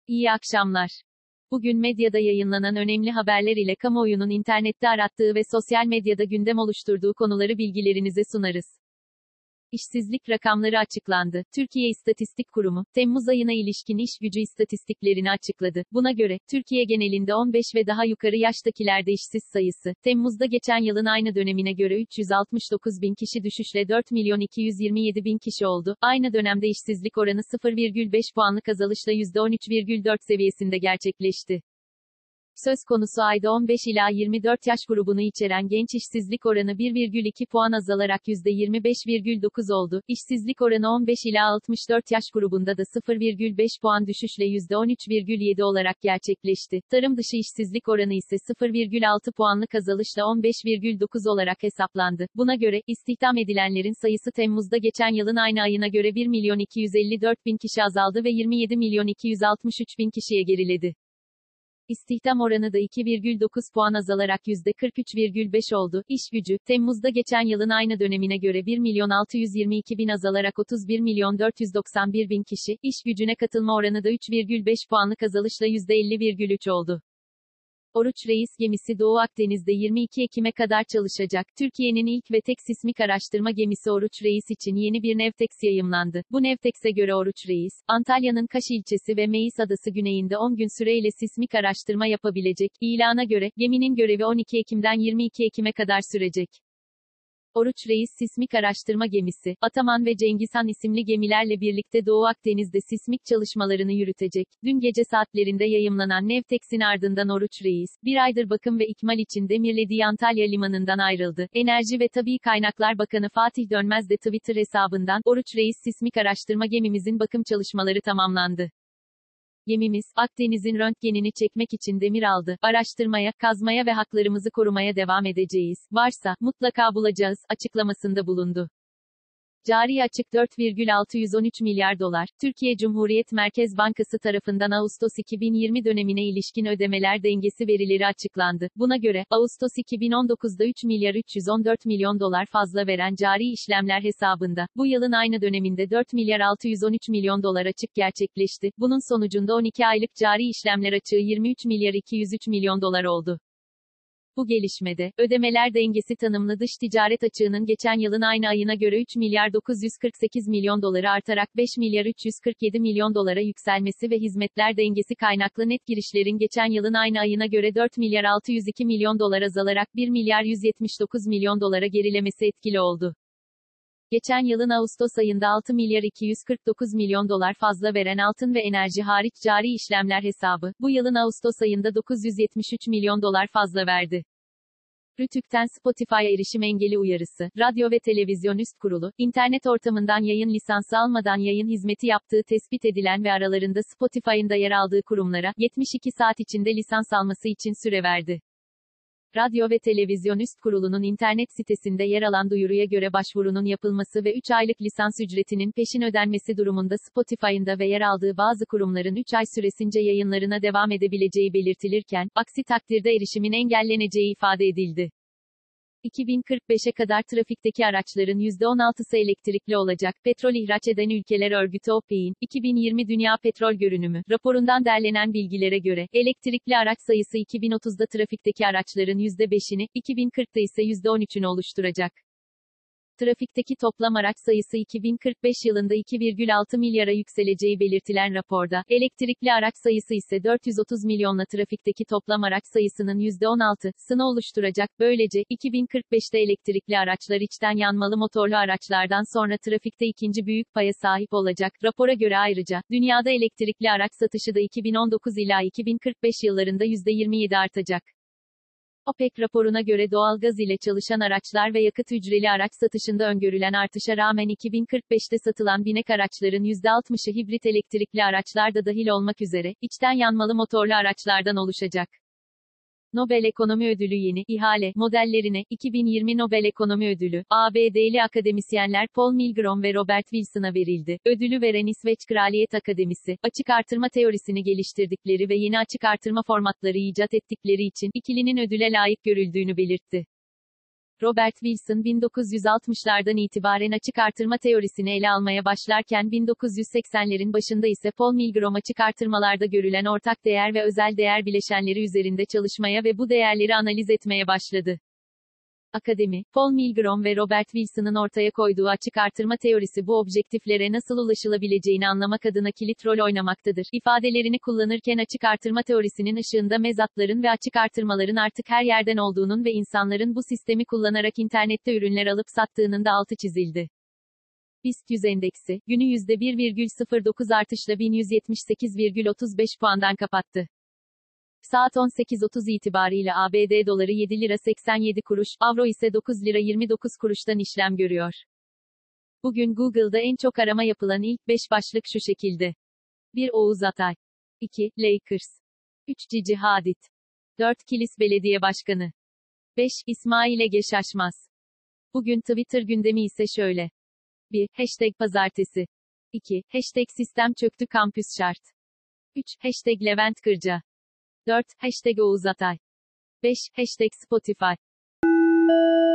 İyi akşamlar. Bugün medyada yayınlanan önemli haberler ile kamuoyunun internette arattığı ve sosyal medyada gündem oluşturduğu konuları bilgilerinize sunarız. İşsizlik rakamları açıklandı. Türkiye İstatistik Kurumu, Temmuz ayına ilişkin iş gücü istatistiklerini açıkladı. Buna göre, Türkiye genelinde 15 ve daha yukarı yaştakilerde işsiz sayısı, Temmuz'da geçen yılın aynı dönemine göre 369 bin kişi düşüşle 4 milyon 227 bin kişi oldu. Aynı dönemde işsizlik oranı 0,5 puanlık azalışla %13,4 seviyesinde gerçekleşti. Söz konusu ayda 15 ila 24 yaş grubunu içeren genç işsizlik oranı 1,2 puan azalarak %25,9 oldu. İşsizlik oranı 15 ila 64 yaş grubunda da 0,5 puan düşüşle %13,7 olarak gerçekleşti. Tarım dışı işsizlik oranı ise 0,6 puanlık azalışla 15,9 olarak hesaplandı. Buna göre, istihdam edilenlerin sayısı Temmuz'da geçen yılın aynı ayına göre 1 milyon 254 bin kişi azaldı ve 27 milyon 263 bin kişiye geriledi. İstihdam oranı da 2,9 puan azalarak %43,5 oldu. İş gücü, Temmuz'da geçen yılın aynı dönemine göre 1 milyon 622 bin azalarak 31 milyon 491 bin kişi, iş gücüne katılma oranı da 3,5 puanlık azalışla %50,3 oldu. Oruç Reis gemisi Doğu Akdeniz'de 22 Ekim'e kadar çalışacak. Türkiye'nin ilk ve tek sismik araştırma gemisi Oruç Reis için yeni bir Nevtex yayımlandı. Bu Nevtex'e göre Oruç Reis, Antalya'nın Kaş ilçesi ve Meis Adası güneyinde 10 gün süreyle sismik araştırma yapabilecek. İlana göre, geminin görevi 12 Ekim'den 22 Ekim'e kadar sürecek. Oruç Reis sismik araştırma gemisi, Ataman ve Cengizhan isimli gemilerle birlikte Doğu Akdeniz'de sismik çalışmalarını yürütecek. Dün gece saatlerinde yayımlanan Nevtex'in ardından Oruç Reis, bir aydır bakım ve ikmal için demirlediği Antalya limanından ayrıldı. Enerji ve Tabii Kaynaklar Bakanı Fatih Dönmez de Twitter hesabından, Oruç Reis sismik araştırma gemimizin bakım çalışmaları tamamlandı. Gemimiz, Akdeniz'in röntgenini çekmek için demir aldı. Araştırmaya, kazmaya ve haklarımızı korumaya devam edeceğiz. Varsa, mutlaka bulacağız, açıklamasında bulundu. Cari açık 4,613 milyar dolar. Türkiye Cumhuriyet Merkez Bankası tarafından Ağustos 2020 dönemine ilişkin ödemeler dengesi verileri açıklandı. Buna göre, Ağustos 2019'da 3 milyar 314 milyon dolar fazla veren cari işlemler hesabında, bu yılın aynı döneminde 4 milyar 613 milyon dolar açık gerçekleşti. Bunun sonucunda 12 aylık cari işlemler açığı 23 milyar 203 milyon dolar oldu. Bu gelişmede, ödemeler dengesi tanımlı dış ticaret açığının geçen yılın aynı ayına göre 3 milyar 948 milyon doları artarak 5 milyar 347 milyon dolara yükselmesi ve hizmetler dengesi kaynaklı net girişlerin geçen yılın aynı ayına göre 4 milyar 602 milyon dolar azalarak 1 milyar 179 milyon dolara gerilemesi etkili oldu. Geçen yılın Ağustos ayında 6 milyar 249 milyon dolar fazla veren altın ve enerji hariç cari işlemler hesabı, bu yılın Ağustos ayında 973 milyon dolar fazla verdi. Rütük'ten Spotify'a erişim engeli uyarısı. Radyo ve Televizyon Üst Kurulu, internet ortamından yayın lisansı almadan yayın hizmeti yaptığı tespit edilen ve aralarında Spotify'ın da yer aldığı kurumlara, 72 saat içinde lisans alması için süre verdi. Radyo ve Televizyon Üst Kurulu'nun internet sitesinde yer alan duyuruya göre başvurunun yapılması ve 3 aylık lisans ücretinin peşin ödenmesi durumunda Spotify'ın da ve yer aldığı bazı kurumların 3 ay süresince yayınlarına devam edebileceği belirtilirken, aksi takdirde erişimin engelleneceği ifade edildi. 2045'e kadar trafikteki araçların %16'sı elektrikli olacak. Petrol ihraç eden ülkeler örgütü OPEC'in 2020 Dünya Petrol Görünümü raporundan derlenen bilgilere göre elektrikli araç sayısı 2030'da trafikteki araçların %5'ini, 2040'da ise %13'ünü oluşturacak. Trafikteki toplam araç sayısı 2045 yılında 2,6 milyara yükseleceği belirtilen raporda, elektrikli araç sayısı ise 430 milyonla trafikteki toplam araç sayısının %16'sını oluşturacak. Böylece, 2045'te elektrikli araçlar içten yanmalı motorlu araçlardan sonra trafikte ikinci büyük paya sahip olacak. Rapora göre ayrıca, dünyada elektrikli araç satışı da 2019 ila 2045 yıllarında %27 artacak. OPEC raporuna göre doğalgaz ile çalışan araçlar ve yakıt hücreli araç satışında öngörülen artışa rağmen 2045'te satılan binek araçların %60'ı hibrit elektrikli araçlar da dahil olmak üzere, içten yanmalı motorlu araçlardan oluşacak. Nobel Ekonomi Ödülü yeni ihale modellerine 2020 Nobel Ekonomi Ödülü ABD'li akademisyenler Paul Milgrom ve Robert Wilson'a verildi. Ödülü veren İsveç Kraliyet Akademisi, açık artırma teorisini geliştirdikleri ve yeni açık artırma formatları icat ettikleri için ikilinin ödüle layık görüldüğünü belirtti. Robert Wilson 1960'lardan itibaren açık artırma teorisini ele almaya başlarken 1980'lerin başında ise Paul Milgrom açık artırmalarda görülen ortak değer ve özel değer bileşenleri üzerinde çalışmaya ve bu değerleri analiz etmeye başladı. Akademi, Paul Milgrom ve Robert Wilson'ın ortaya koyduğu açık artırma teorisi bu objektiflere nasıl ulaşılabileceğini anlamak adına kilit rol oynamaktadır. İfadelerini kullanırken açık artırma teorisinin ışığında mezatların ve açık artırmaların artık her yerden olduğunun ve insanların bu sistemi kullanarak internette ürünler alıp sattığının da altı çizildi. BIST 100 endeksi, günü %1,09 artışla 1178,35 puandan kapattı. Saat 18.30 itibariyle ABD doları 7 lira 87 kuruş, avro ise 9 lira 29 kuruştan işlem görüyor. Bugün Google'da en çok arama yapılan ilk 5 başlık şu şekilde. 1. Oğuz Atay. 2. Lakers. 3. Cici Hadid. 4. Kilis Belediye Başkanı. 5. İsmail Ege Şaşmaz. Bugün Twitter gündemi ise şöyle. 1. Hashtag Pazartesi. 2. Hashtag Sistem Çöktü Kampüs Şart. 3. Hashtag Levent Kırca. 4. Hashtag Oğuz Atay. 5. Hashtag Spotify.